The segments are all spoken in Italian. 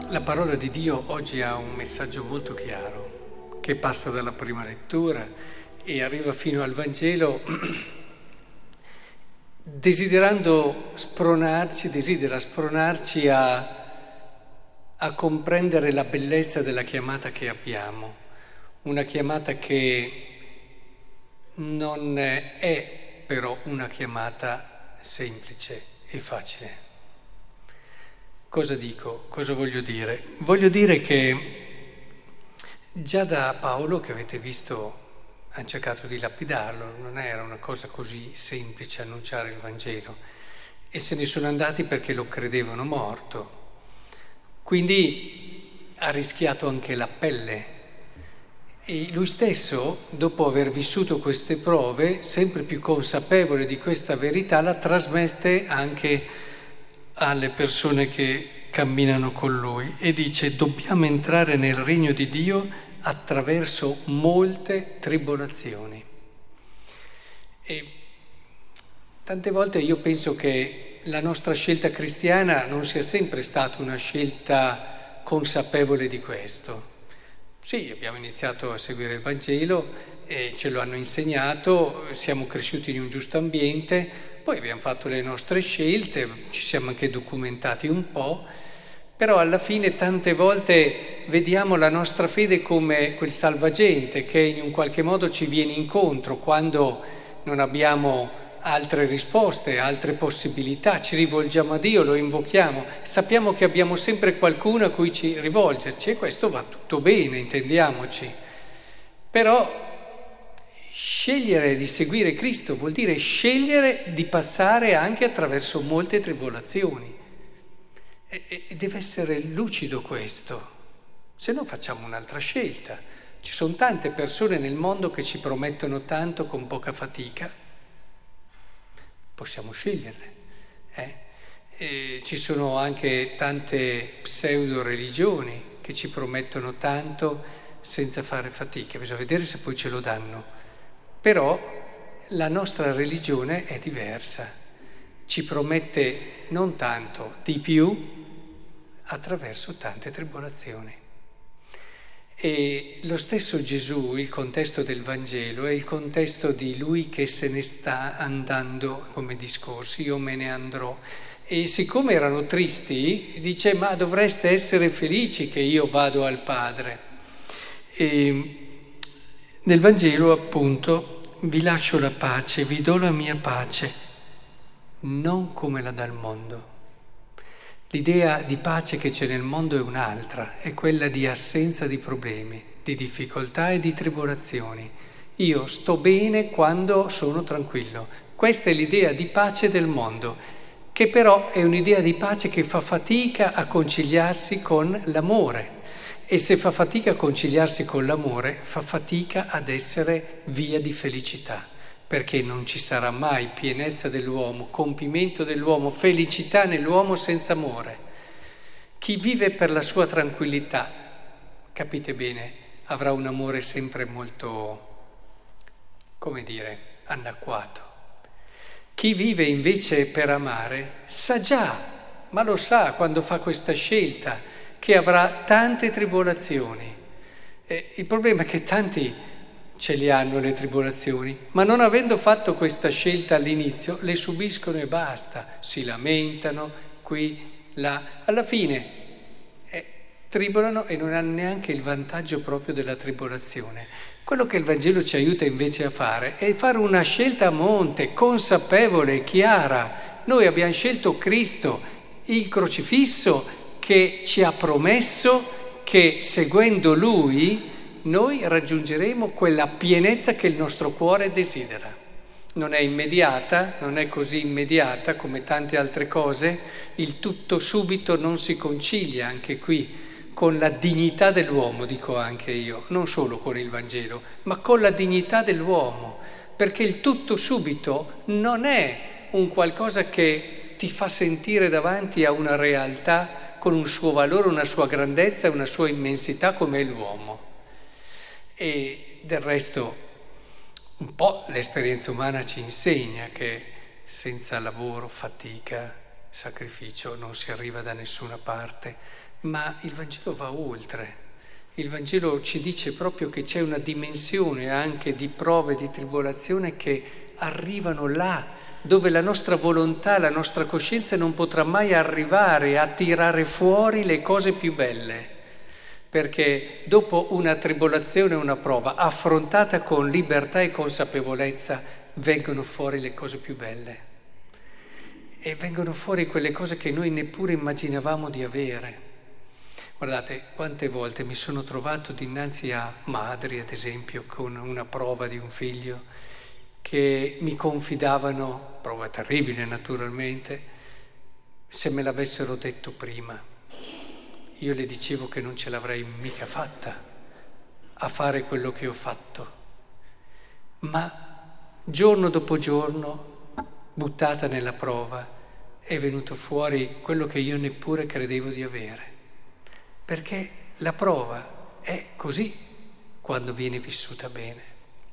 La parola di Dio oggi ha un messaggio molto chiaro, che passa dalla prima lettura e arriva fino al Vangelo, desidera spronarci a comprendere la bellezza della chiamata che abbiamo, una chiamata che non è però una chiamata semplice e facile. Cosa dico? Cosa voglio dire? Voglio dire che già da Paolo, che avete visto, hanno cercato di lapidarlo, non era una cosa così semplice annunciare il Vangelo, e se ne sono andati perché lo credevano morto. Quindi ha rischiato anche la pelle. E lui stesso, dopo aver vissuto queste prove, sempre più consapevole di questa verità, la trasmette anche alle persone che camminano con lui e dice: dobbiamo entrare nel regno di Dio attraverso molte tribolazioni. E tante volte io penso che la nostra scelta cristiana non sia sempre stata una scelta consapevole di questo. Sì, abbiamo iniziato a seguire il Vangelo e ce lo hanno insegnato, siamo cresciuti in un giusto ambiente, poi abbiamo fatto le nostre scelte, ci siamo anche documentati un po', però alla fine tante volte vediamo la nostra fede come quel salvagente che in un qualche modo ci viene incontro quando non abbiamo altre risposte, altre possibilità, ci rivolgiamo a Dio, lo invochiamo, sappiamo che abbiamo sempre qualcuno a cui ci rivolgerci e questo va tutto bene, intendiamoci. Però scegliere di seguire Cristo vuol dire scegliere di passare anche attraverso molte tribolazioni e deve essere lucido questo, se no facciamo un'altra scelta. Ci sono tante persone nel mondo che ci promettono tanto con poca fatica. Possiamo sceglierle. Ci sono anche tante pseudo-religioni che ci promettono tanto senza fare fatica, bisogna vedere se poi ce lo danno. Però la nostra religione è diversa, ci promette non tanto, di più, attraverso tante tribolazioni. E lo stesso Gesù, il contesto del Vangelo, è il contesto di lui che se ne sta andando come discorsi, io me ne andrò. E siccome erano tristi, dice: ma dovreste essere felici che io vado al Padre. E nel Vangelo, appunto, vi lascio la pace, vi do la mia pace, non come la dà il mondo. L'idea di pace che c'è nel mondo è un'altra, è quella di assenza di problemi, di difficoltà e di tribolazioni. Io sto bene quando sono tranquillo. Questa è l'idea di pace del mondo, che però è un'idea di pace che fa fatica a conciliarsi con l'amore. E se fa fatica a conciliarsi con l'amore, fa fatica ad essere via di felicità. Perché non ci sarà mai pienezza dell'uomo, compimento dell'uomo, felicità nell'uomo senza amore. Chi vive per la sua tranquillità, capite bene, avrà un amore sempre molto, anacquato. Chi vive invece per amare sa già, ma lo sa quando fa questa scelta, che avrà tante tribolazioni. Il problema è che tanti ce li hanno le tribolazioni, ma non avendo fatto questa scelta all'inizio, le subiscono e basta, si lamentano, qui, là, alla fine tribolano e non hanno neanche il vantaggio proprio della tribolazione. Quello che il Vangelo ci aiuta invece a fare è fare una scelta a monte, consapevole, chiara. Noi abbiamo scelto Cristo, il crocifisso, che ci ha promesso che seguendo Lui noi raggiungeremo quella pienezza che il nostro cuore desidera. Non è immediata, non è così immediata come tante altre cose, il tutto subito non si concilia anche qui con la dignità dell'uomo, dico anche io, non solo con il Vangelo, ma con la dignità dell'uomo, perché il tutto subito non è un qualcosa che ti fa sentire davanti a una realtà con un suo valore, una sua grandezza, una sua immensità come è l'uomo. E del resto un po' l'esperienza umana ci insegna che senza lavoro, fatica, sacrificio, non si arriva da nessuna parte, ma il Vangelo va oltre. Il Vangelo ci dice proprio che c'è una dimensione anche di prove, di tribolazione che arrivano là, dove la nostra volontà, la nostra coscienza non potrà mai arrivare a tirare fuori le cose più belle. Perché dopo una tribolazione, una prova, affrontata con libertà e consapevolezza, vengono fuori le cose più belle. E vengono fuori quelle cose che noi neppure immaginavamo di avere. Guardate, quante volte mi sono trovato dinanzi a madri, ad esempio, con una prova di un figlio, che mi confidavano, prova terribile naturalmente, se me l'avessero detto prima. Io le dicevo che non ce l'avrei mica fatta a fare quello che ho fatto. Ma giorno dopo giorno, buttata nella prova, è venuto fuori quello che io neppure credevo di avere. Perché la prova è così quando viene vissuta bene.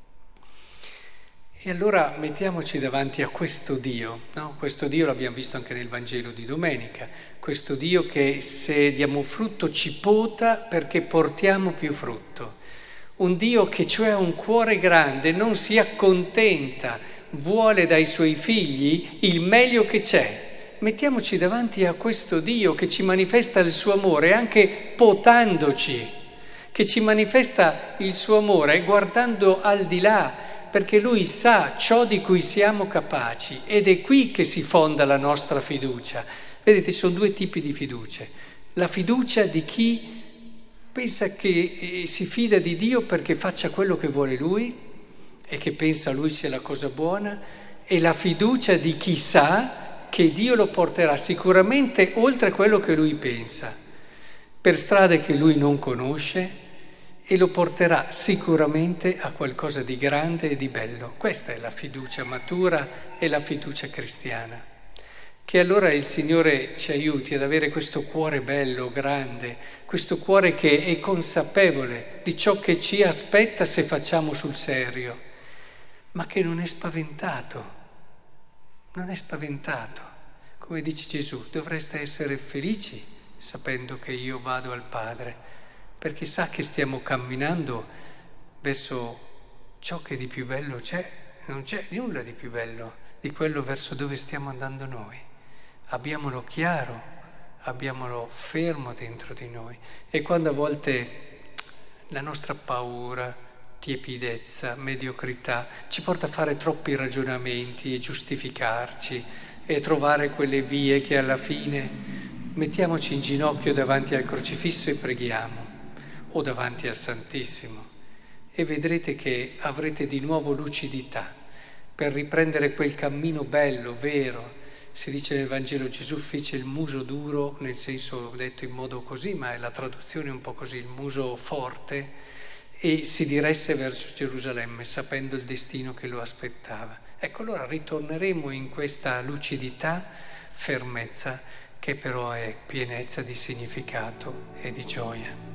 E allora mettiamoci davanti a questo Dio, no? Questo Dio l'abbiamo visto anche nel Vangelo di domenica, questo Dio che se diamo frutto ci pota perché portiamo più frutto. Un Dio che cioè ha un cuore grande, non si accontenta, vuole dai suoi figli il meglio che c'è. Mettiamoci davanti a questo Dio che ci manifesta il suo amore anche potandoci, che ci manifesta il suo amore guardando al di là, perché Lui sa ciò di cui siamo capaci ed è qui che si fonda la nostra fiducia. Vedete, ci sono due tipi di fiducia. La fiducia di chi pensa che si fida di Dio perché faccia quello che vuole Lui e che pensa Lui sia la cosa buona, e la fiducia di chi sa che Dio lo porterà sicuramente oltre quello che lui pensa, per strade che lui non conosce, e lo porterà sicuramente a qualcosa di grande e di bello. Questa è la fiducia matura e la fiducia cristiana. Che allora il Signore ci aiuti ad avere questo cuore bello, grande, questo cuore che è consapevole di ciò che ci aspetta se facciamo sul serio, ma che non è spaventato. Non è spaventato. Come dice Gesù, dovreste essere felici sapendo che io vado al Padre, perché sa che stiamo camminando verso ciò che di più bello c'è. Non c'è nulla di più bello di quello verso dove stiamo andando noi. Abbiamolo chiaro, abbiamolo fermo dentro di noi. E quando a volte la nostra paura, tiepidezza, mediocrità ci porta a fare troppi ragionamenti e giustificarci e trovare quelle vie che alla fine mettiamoci in ginocchio davanti al crocifisso e preghiamo, o davanti al Santissimo, e vedrete che avrete di nuovo lucidità per riprendere quel cammino bello, vero. Si dice nel Vangelo Gesù fece il muso duro, nel senso detto in modo così, ma è la traduzione un po' così, il muso forte, e si diresse verso Gerusalemme sapendo il destino che lo aspettava. Ecco, allora ritorneremo in questa lucidità, fermezza, che però è pienezza di significato e di gioia.